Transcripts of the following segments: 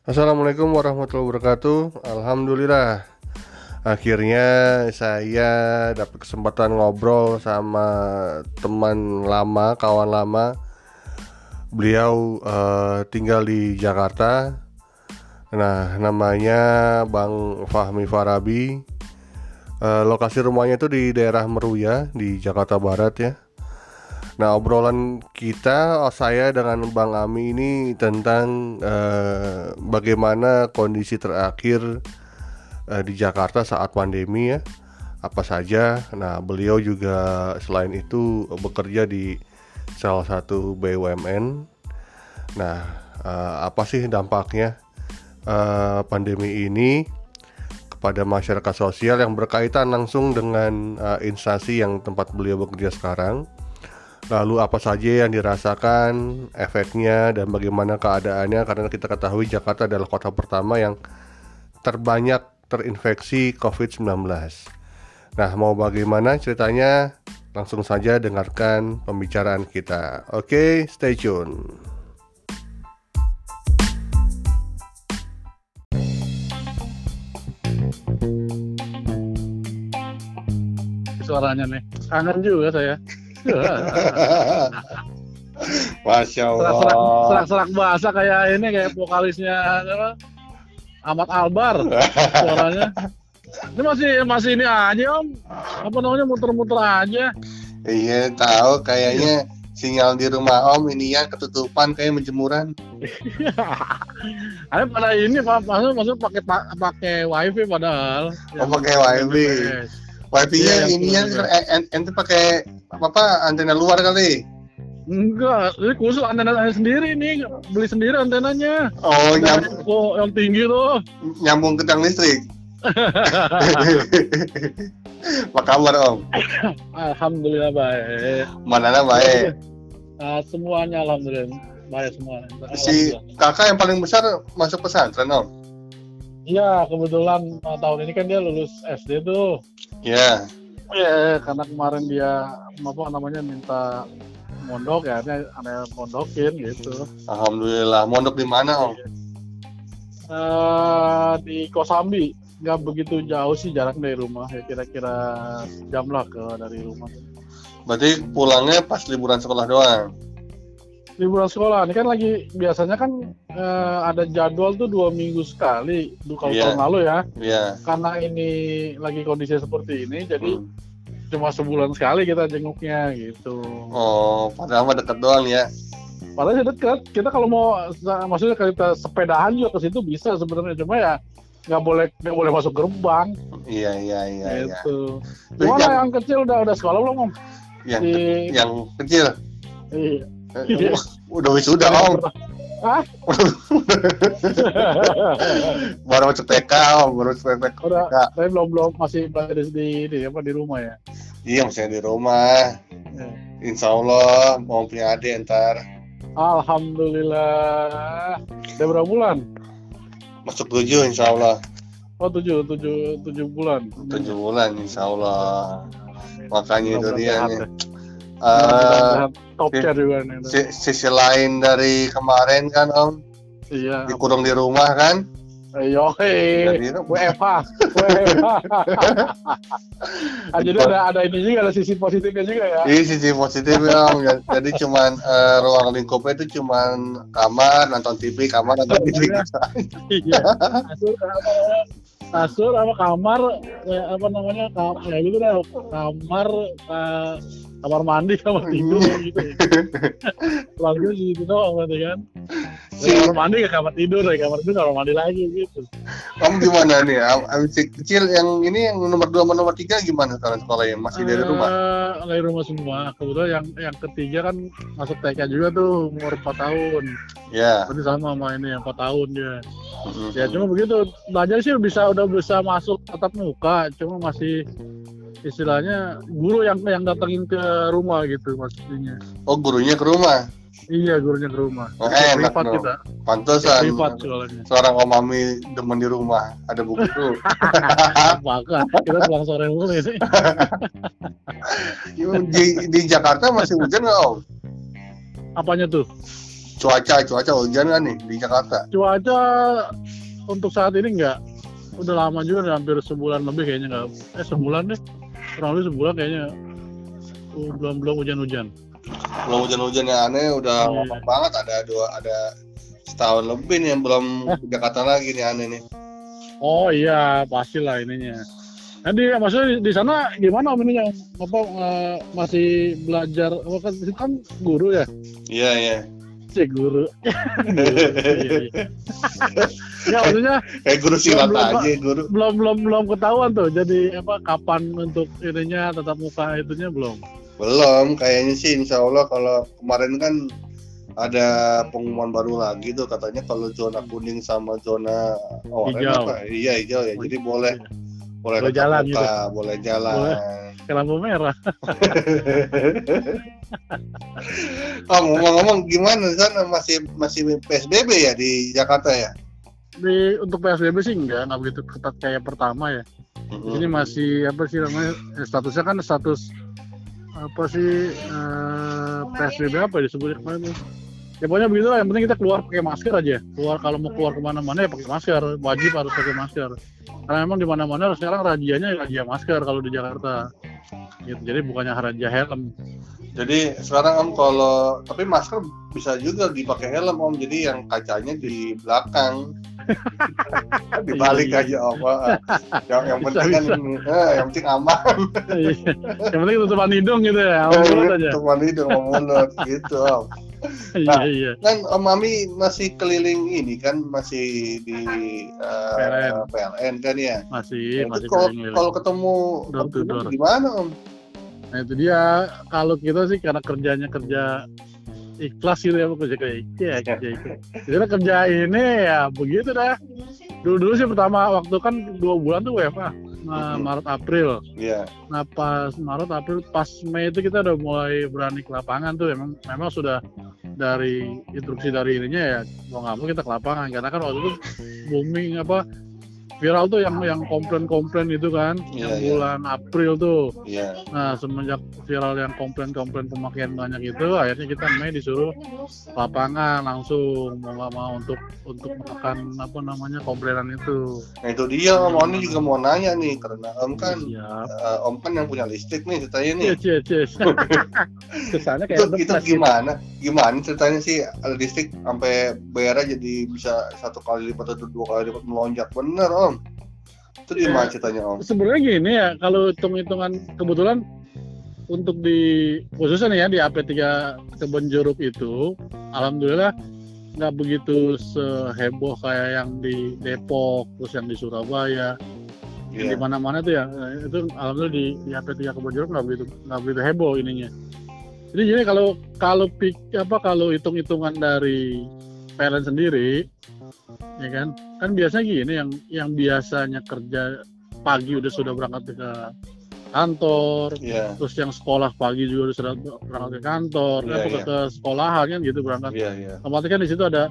Assalamualaikum warahmatullahi wabarakatuh. Alhamdulillah, akhirnya saya dapat kesempatan ngobrol sama teman lama, kawan lama. Beliau tinggal di Jakarta. Nah, namanya Bang Fahmi Farabi. Lokasi rumahnya itu di daerah Meruya di Jakarta Barat ya. Nah, obrolan kita, saya dengan Bang Ami ini tentang bagaimana kondisi terakhir di Jakarta saat pandemi ya, apa saja. Nah, beliau juga selain itu bekerja di salah satu BUMN. Nah, apa sih dampaknya pandemi ini kepada masyarakat sosial yang berkaitan langsung dengan instansi yang tempat beliau bekerja sekarang. Lalu apa saja yang dirasakan, efeknya, dan bagaimana keadaannya. Karena kita ketahui Jakarta adalah kota pertama yang terbanyak terinfeksi COVID-19. Nah, mau bagaimana ceritanya? Langsung saja dengarkan pembicaraan kita. Oke, stay tune. Suaranya nih, kangen juga saya. Masya Serak-serak bahasa kayak ini, kayak vokalisnya apa, Ahmad Albar suaranya. Ini masih ini aja om, apa namanya, muter-muter aja. Iya, tahu kayaknya sinyal di rumah Om ini ya ketutupan kayak menjemuran. Ada pada ini maksud pakai wifi padahal. Oh, pakai wifi. Wifi-nya Iya, ini ya, ente pakai apa antena luar kali? Enggak, ini khusus antena sendiri nih, beli sendiri antenanya. Oh, Yang tinggi tuh. nyambung ke tiang listrik. Apa kabar Om? Alhamdulillah baik. Manana baik. Semuanya alhamdulillah baik semua. Si kakak yang paling besar masuk pesantren Om? Iya, kebetulan tahun ini kan dia lulus SD tuh. Ya. Ya, karena kemarin dia apa namanya minta mondok ya, aneh mondokin gitu. Alhamdulillah. Mondok di mana Om? Di Kosambi, nggak begitu jauh sih jarak dari rumah, ya kira-kira jam lah dari rumah. Berarti pulangnya pas liburan sekolah doang? Liburan sekolah, ini kan lagi biasanya kan ada jadwal tuh 2 minggu sekali, kalau tahun lalu ya. Iya. Karena ini lagi kondisi seperti ini, jadi cuma sebulan sekali kita jenguknya gitu. Oh, padahal mah deket doang ya. Padahal sih dekat. Kita kalau mau, maksudnya kalau kita sepedahan juga ke situ bisa sebenarnya, cuma ya nggak boleh masuk gerbang. Iya. Gitu. Gimana yang kecil udah sekolah belum Om? Yang kecil? Iya. Udah wisuda Om. Hah? Baru masuk TK Om, baru masuk TK. Udah, tapi belum masih belajar di rumah ya. Iya, masih di rumah. Ya. Insya Allah mau punya adik ntar. Alhamdulillah. Udah berapa bulan? Masuk 7 insya Allah. Oh 7 bulan. 7 bulan insya Allah. Makanya itu dia nih. Top share juga nih. Sisi lain dari kemarin kan Om, Iya. dikurung di rumah kan. Ayo, WFH. Jadi ada ini juga, ada sisi positifnya juga ya. Iya, sisi positifnya Om. Jadi cuman ruang lingkupnya itu cuman kamar, nonton TV, kamar, nonton TV. Iya. Kasur apa kamar, apa namanya, ya gitu deh, kamar mandi, kamar tidur gitu. Lalu gitu doang berarti kan. Kamar mandi ke kamar tidur, kamar tidur kamar mandi lagi gitu. Kamu gimana nih? Si kecil yang ini yang nomor 2 sama nomor 3 gimana sekarang sekolahnya? Masih dari rumah? Dari rumah semua. Kebetulan yang ketiga kan masuk TK juga tuh, umur 4 tahun. Ya. Berarti sama ini yang 4 tahun dia. Ya cuma begitu, belajar sih udah bisa masuk tatap muka, cuma masih istilahnya guru yang datengin ke rumah gitu maksudnya. Oh, gurunya ke rumah? Iya, gurunya ke rumah. Enak privat dong. kita. Pantesan Privat soalnya. seorang Om Mami demen di rumah, ada buku tuh. Maka kita pulang sore mulu ini. Di Jakarta masih hujan nggak Om? Apanya tuh? Cuaca hujan kan nih di Jakarta? Cuaca untuk saat ini enggak. Udah lama juga, udah hampir sebulan lebih kayaknya enggak. Sebulan deh. Kurang lebih sebulan kayaknya belum hujan-hujan. Belum hujan-hujan yang aneh udah lama banget, ada setahun lebih nih yang belum Jakarta lagi nih aneh nih. Oh iya, pastilah ininya. Jadi maksudnya di sana gimana Om ininya? Masih belajar apa kan guru ya? Iya. Si guru. Iya. Ya maksudnya Guru silat aja guru. Belum ketahuan tuh. Jadi kapan untuk ininya tatap muka itunya belum? Belum, kayaknya sih insya Allah. Kalau kemarin kan ada pengumuman baru lagi tuh, katanya kalau zona kuning sama zona hijau. Hijau ya. Jadi boleh jalan muka, gitu. boleh jalan. Ke lampu merah. Ngomong-ngomong gimana sana, masih PSBB ya di Jakarta ya? Untuk PSBB sih enggak begitu ketat kayak pertama ya. Ini masih namanya statusnya kan status PSBB disebutnya kemarin. Ya pokoknya begitu lah, yang penting kita keluar pakai masker aja. Kalau mau keluar kemana-mana ya pakai masker, wajib harus pakai masker. Karena memang di mana-mana sekarang razia masker kalau di Jakarta. Gitu. Jadi bukannya razia helm. Jadi sekarang Om, tapi masker bisa juga dipakai helm Om. Jadi yang kacanya di belakang. Dibalik aja Om. Yang penting kan yang penting aman. Yang penting tutupan hidung gitu ya. Tutupan hidung sama mulut gitu Om. Nah, kan Om Mami masih keliling ini kan, masih di PLN kan ya? Masih keliling. Kalau ketemu gimana Om? Nah itu dia, kalau kita sih karena kerja ikhlas gitu ya, kerja ikhlas. Jadi kerja ini ya begitu dah. Dulu sih pertama waktu kan 2 bulan tuh WFA. Maret April. Iya. Nah pas Maret April, pas Mei itu kita udah mulai berani ke lapangan tuh. Memang sudah dari instruksi dari ininya ya, mau nggak mau kita ke lapangan karena kan waktu itu booming viral tuh yang komplain itu kan, bulan April tuh. Iya. Nah semenjak viral yang komplain pemakaian banyak itu, akhirnya kita Mei disuruh lapangan langsung, mau nggak mau untuk menekan komplainan itu. Nah itu dia Om, Oni juga mau nanya nih, karena Om kan Om kan yang punya listrik nih ceritanya nih. Kesana kayak itu gimana ceritanya sih, listrik sampai bayarnya jadi bisa 1 kali lipat atau 2 kali lipat melonjak, bener Om? Itu gimana ceritanya Om? Sebenarnya gini ya, kalau hitung-hitungan kebetulan untuk khususnya nih ya di AP3 Kebonjeruk itu, alhamdulillah nggak begitu seheboh kayak yang di Depok, terus yang di Surabaya, yang di mana-mana tuh ya. Itu alhamdulillah di AP3 Kebonjeruk nggak begitu heboh ininya. Jadi gini, kalau hitung-hitungan dari PLN sendiri, ya kan biasanya gini, yang biasanya kerja pagi sudah berangkat ke kantor, terus yang sekolah pagi juga sudah berangkat ke kantor, ke sekolahan kan gitu berangkat. Otomatis kan di situ ada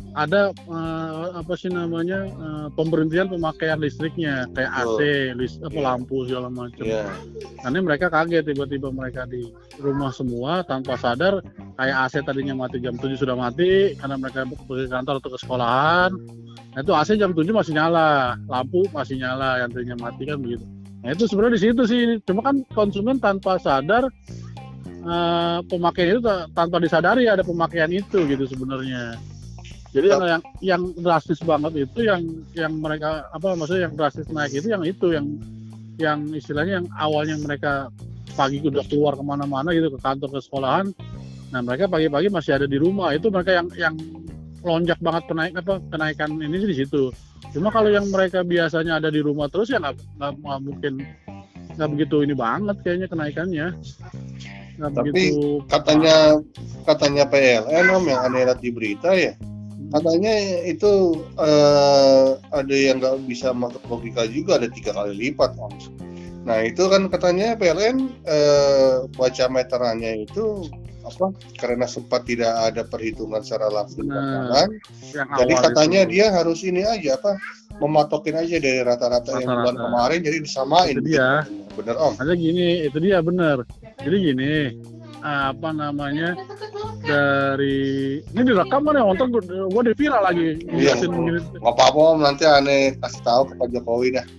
pemberhentian pemakaian listriknya kayak AC, lampu segala macam. Karena mereka kaget tiba-tiba mereka di rumah semua tanpa sadar, kayak AC tadinya mati jam 7 sudah mati karena mereka pergi ke kantor atau ke sekolahan. Nah itu AC jam 7 masih nyala, lampu masih nyala, yang tadinya mati kan begitu. Nah itu sebenarnya di situ sih, cuma kan konsumen tanpa sadar pemakaian itu tanpa disadari ada pemakaian itu gitu sebenarnya. Jadi yang drastis banget itu yang mereka yang drastis naik itu yang istilahnya yang awalnya mereka pagi udah keluar kemana-mana gitu, ke kantor, ke sekolahan. Nah mereka pagi-pagi masih ada di rumah, itu mereka yang lonjak banget kenaikan ini sih di situ. Cuma kalau yang mereka biasanya ada di rumah terus ya nggak mungkin, nggak begitu ini banget kayaknya kenaikannya. Tapi katanya PLN Om, yang aneh lihat di berita ya, katanya itu ada yang nggak bisa masuk logika juga, ada 3 kali lipat Om. Nah itu kan katanya PLN baca meterannya itu karena sempat tidak ada perhitungan secara langsung lapangan. Jadi katanya dia harus ini aja mematokin aja dari rata-rata yang bulan kemarin, jadi disamain. Itu dia. Bener Om. Ada gini, itu dia bener. Jadi gini, dari ini direkam kan ya, nonton gue di viral lagi. Iya. Nggak apa-apa Om, nanti aneh kasih tahu ke Pak Jokowi dah.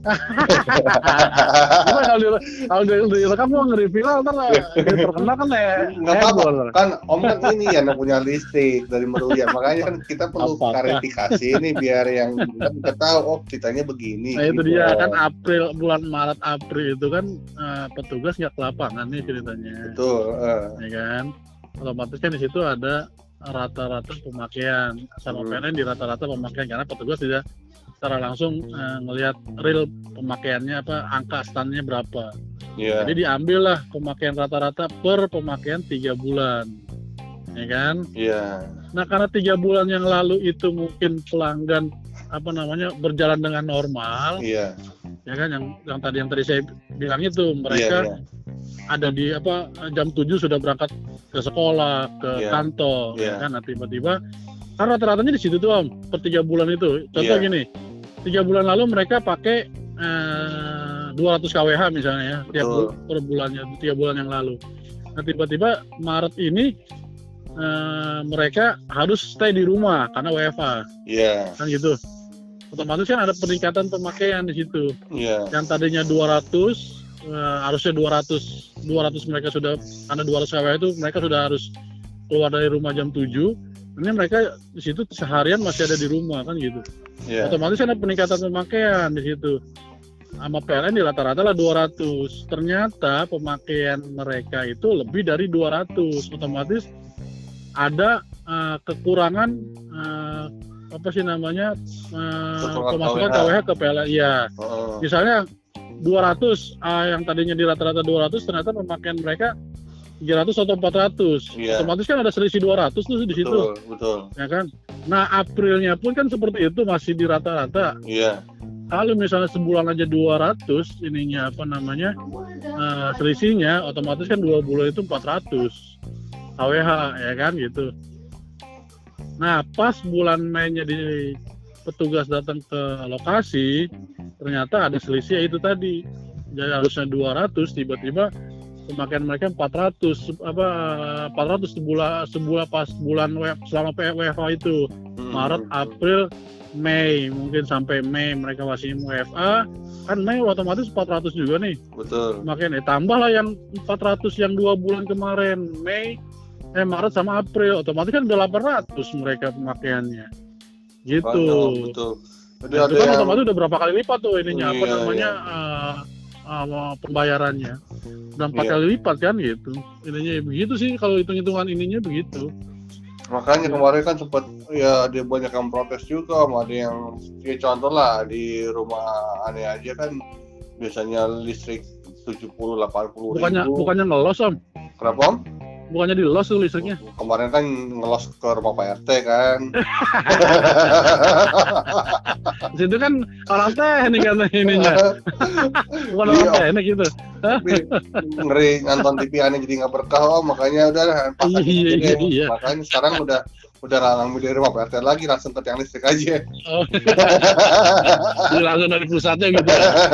Kalau direkam gue ngeri viral ntar dia terkena kan ya. Nggak apa-apa kan Om kan ini yang punya listrik dari Meruya, makanya kan kita perlu klarifikasi ini biar yang kita tahu oh ceritanya begini. Nah itu gitu. Dia kan bulan Maret April itu kan petugas nggak ke lapangan nih ceritanya. Betul. Ya kan, otomatis kan di situ ada rata-rata pemakaian sama PLN di rata-rata pemakaian karena petugas tidak secara langsung ngelihat real pemakaiannya angka standnya berapa. Yeah. Jadi diambil lah pemakaian rata-rata per pemakaian 3 bulan, ya kan? Iya. Yeah. Nah karena 3 bulan yang lalu itu mungkin pelanggan berjalan dengan normal, iya. Yeah. Ya kan yang tadi saya bilang itu mereka ada di jam 7 sudah berangkat ke sekolah, ke kantor, ya kan? Nah tiba-tiba karena rata-ratanya di situ tuh Om, per 3 bulan itu. Contoh gini, 3 bulan lalu mereka pakai 200 kWh misalnya ya, per bulannya 3 bulan yang lalu. Nah tiba-tiba Maret ini mereka harus stay di rumah karena WFH. Iya. Kan gitu. Otomatis kan ada peningkatan pemakaian di situ. Iya. Yang tadinya 200 harusnya 200 mereka sudah, karena 200 kWh itu mereka sudah harus keluar dari rumah jam 7. Ini mereka di situ seharian masih ada di rumah kan gitu. Yeah. Otomatis ada peningkatan pemakaian di situ. Sama PLN di rata-rata lah 200. Ternyata pemakaian mereka itu lebih dari 200. Otomatis ada kekurangan pemasukan KWH ke PLN. Iya. Misalnya 200 yang tadinya di rata-rata 200 ternyata pemakaian mereka 300 atau 400, otomatis kan ada selisih 200 tuh di situ. Betul. Ya kan. Nah Aprilnya pun kan seperti itu masih di rata-rata. Iya. Kalau misalnya sebulan aja 200 selisihnya, otomatis kan 2 bulan itu 400 kWh ya kan gitu. Nah pas bulan Mei-nya di petugas datang ke lokasi, ternyata ada selisih itu tadi. Jadi harusnya 200, tiba-tiba pemakaian mereka 400 sebulan pas bulan selama WFH itu Maret, April, Mei, mungkin sampai Mei mereka masih WFH kan Mei otomatis 400 juga nih. Betul. Makanya tambahlah yang 400 yang 2 bulan kemarin Maret sama April, otomatis kan udah 800 mereka pemakaiannya gitu. Betul. Jadi itu kan otomatis udah berapa kali lipat tuh ininya pembayarannya udah 4 kali lipat kan gitu. Ininya begitu sih kalau hitung-hitungan ininya begitu. Makanya kemarin kan sempat ada banyak yang protes juga, ada yang contoh lah di rumah aneh aja kan biasanya listrik 70-80 ribu. Bukannya ngelos Om? Kenapa Om? Bukannya di los tuh listriknya? Kemarin kan ngelos ke rumah Pak RT kan. Situ kan orang teknik kan ininya. Bukan orang teknik gitu. Ngeri nonton TV aneh jadi nggak berkah makanya udah pasang. Iya. Makanya sekarang udah ngambil dari rumah Pak RT lagi langsung ke tiang listrik aja. Oh. Jadi langsung dari pusatnya gitu.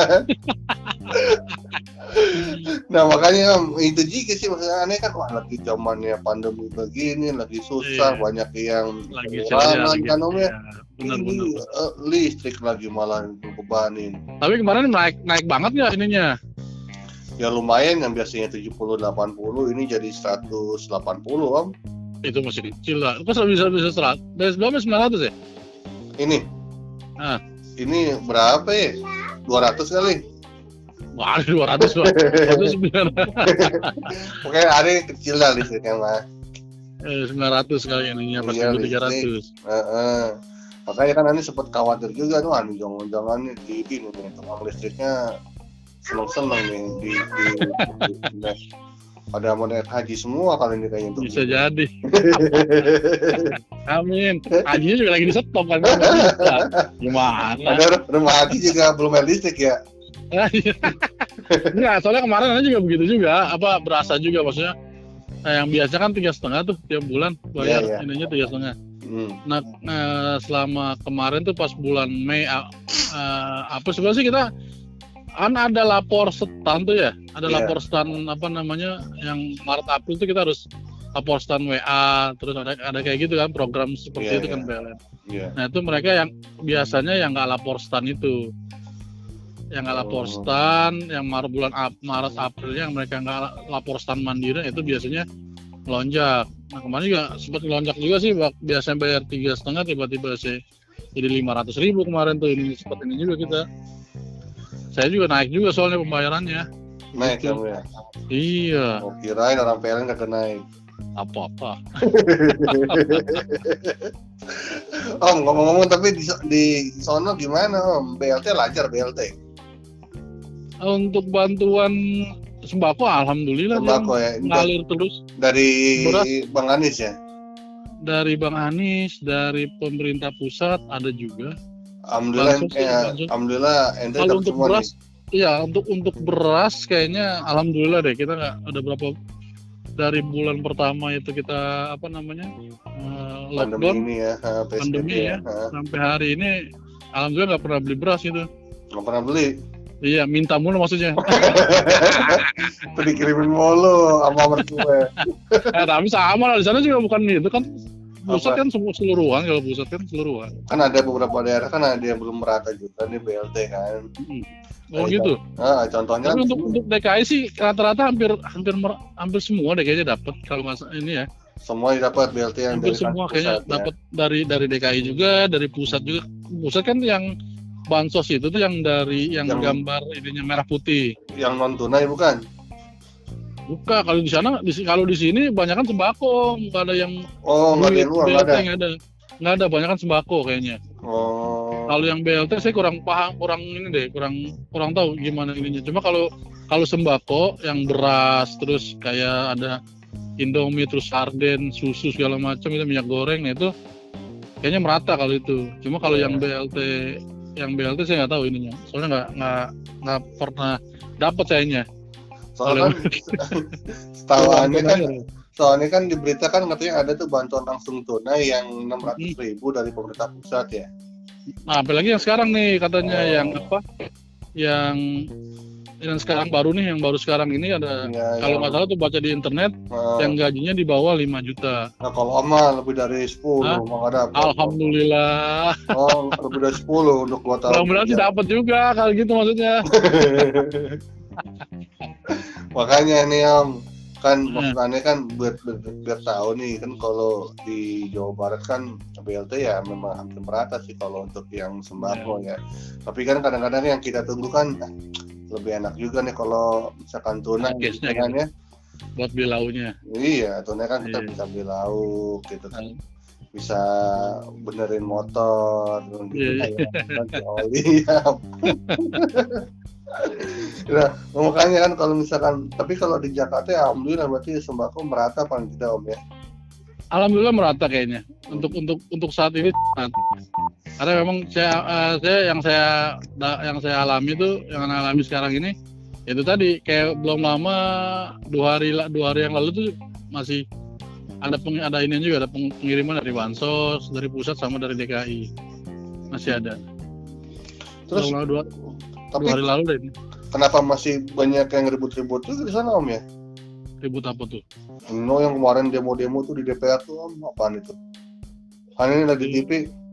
Nah makanya itu juga sih maksudnya aneh kan lagi zamannya pandemi begini lagi susah banyak yang kekurangan kan Om ya. Benar. Listrik lagi malah bebanin. Tapi kemarin naik banget nggak ininya? Ya lumayan, yang biasanya 70-80 ini jadi 180 Om. Itu masih kecil lah. Kok bisa 100? Dari sebelumnya 900 ya? Ini? Ini berapa ya? 200 kali? Wah, 200 Pak. 209. Pokoknya ada yang kecil lah listriknya mah. 900 kali ininya pas 300. Makanya kan ini sempat khawatir juga tuh jangan-jangan di ini nih tukang listriknya seneng-seneng nih di pada mau naik haji semua kali ini kayaknya tuh. Bisa jadi. Amin. Hajinya juga lagi di stop kan. Gimana? Ada rumah haji juga belum ada listrik ya. Enggak, soalnya kemarin aja juga begitu juga, berasa juga maksudnya. Yang biasa kan 3,5 tuh tiap bulan bayar ininya 3,5. Nah, selama kemarin tuh pas bulan Mei sebenarnya sih kita kan ada lapor setan tuh ya, ada lapor setan yang Maret April tuh kita harus laporstan WA, terus ada kayak gitu kan program seperti Iya, itu kan iya. PLN. Iya. Nah itu mereka yang biasanya yang nggak laporstan itu, yang nggak laporstan, yang Maret Aprilnya yang mereka nggak laporstan mandiri itu biasanya melonjak. Nah kemarin juga sempat melonjak juga sih, biasanya bayar 3,5 tiba-tiba sih jadi 500.000 kemarin tuh, ini sempat ini juga kita. Saya juga naik juga soalnya pembayarannya. Naik Gitu. kamu ya. Iya, Mau kirain orang PLN kagak naik. apa-apa. Om, ngomong-ngomong tapi di sono gimana Om? BLT lancar BLT? Untuk bantuan sembako alhamdulillah Sembako dia ya. ngalir terus Dari Beras. Bang Anies ya? dari Bang Anies, dari pemerintah pusat ada juga. Alhamdulillah, Bansos sih, bansos. alhamdulillah ente Kalau dapat untuk semua beras, nih. iya untuk beras kayaknya alhamdulillah deh, kita nggak ada berapa dari bulan pertama itu kita apa namanya Pandemi lockdown ini ya, PSBB pandemi ya, sampai hari ini alhamdulillah nggak pernah beli beras gitu. Nggak pernah beli. Iya, minta mulu maksudnya. Itu dikirimin mulu sama mertua. Tapi sama lah, di sana juga bukan itu kan. Pusat kan seluruhan, kalau pusat kan seluruhan. Kan ada beberapa daerah kan ada yang belum merata juga nih BLT kan. Oh gitu. Contohnya tapi untuk DKI sih rata-rata hampir semua deh kayaknya dapat, kalau nggak ini ya. semua dapat BLT yang Hampir dari semua pusat, kayaknya ya. dapat dari DKI juga, dari pusat juga. Pusat kan yang bansos itu tuh yang dari yang gambar ininya merah putih. Yang non tunai bukan? Bukan, kalau di sana kalau di sini banyak kan sembako, nggak ada yang nggak ada luar, nggak ada. Nggak ada, banyak kan sembako kayaknya. Kalau yang BLT saya kurang paham, kurang tahu gimana ininya. Cuma kalau sembako yang beras, terus kayak ada Indomie, terus sarden, susu segala macam itu, minyak goreng, nah itu kayaknya merata kalau itu. Cuma kalau yang BLT saya nggak tahu ininya. Soalnya nggak pernah dapat sayanya. Soalnya kan di berita kan katanya ada tuh bantuan langsung tunai yang 600.000 dari pemerintah pusat ya. Nah, apalagi yang sekarang nih katanya yang apa? Yang sekarang baru nih, yang baru sekarang ini ada, kalau nggak salah tuh baca di internet, yang gajinya di bawah 5 juta. Nah kalau Oma lebih dari 10 mau nggak dapat. Alhamdulillah. Lebih dari 10 untuk 2 tahun. Mudah-mudahan sih dapat juga kalau gitu maksudnya. Makanya nih Om, kan maksudnya kan biar tahu nih kan, kalau di Jawa Barat kan BLT ya memang hampir merata sih kalau untuk yang sembako ya. Tapi kan kadang-kadang yang kita tunggu kan lebih enak juga nih kalau misalkan tunai gitu kan ya. Buat beli lauknya. Iya, tunai kan kita bisa beli lauk gitu kan. Bisa benerin motor gitu kayak oli. Nah, makanya kan kalau misalkan, tapi kalau di Jakarta ya alhamdulillah berarti sembako merata paling tidak Om ya. Alhamdulillah merata kayaknya. Untuk saat ini, karena memang yang saya alami tuh, yang alami sekarang ini, itu tadi kayak belum lama 2 hari yang lalu tuh masih ada ini juga, ada pengiriman dari bansos, dari pusat sama dari DKI, masih ada. Terus dua hari lalu deh ini. Kenapa masih banyak yang ribut-ribut tuh di sana Om ya? Ribut apa tuh? Yang kemarin demo-demo tuh di DPR tuh Om, apaan itu? Kan ini lagi TV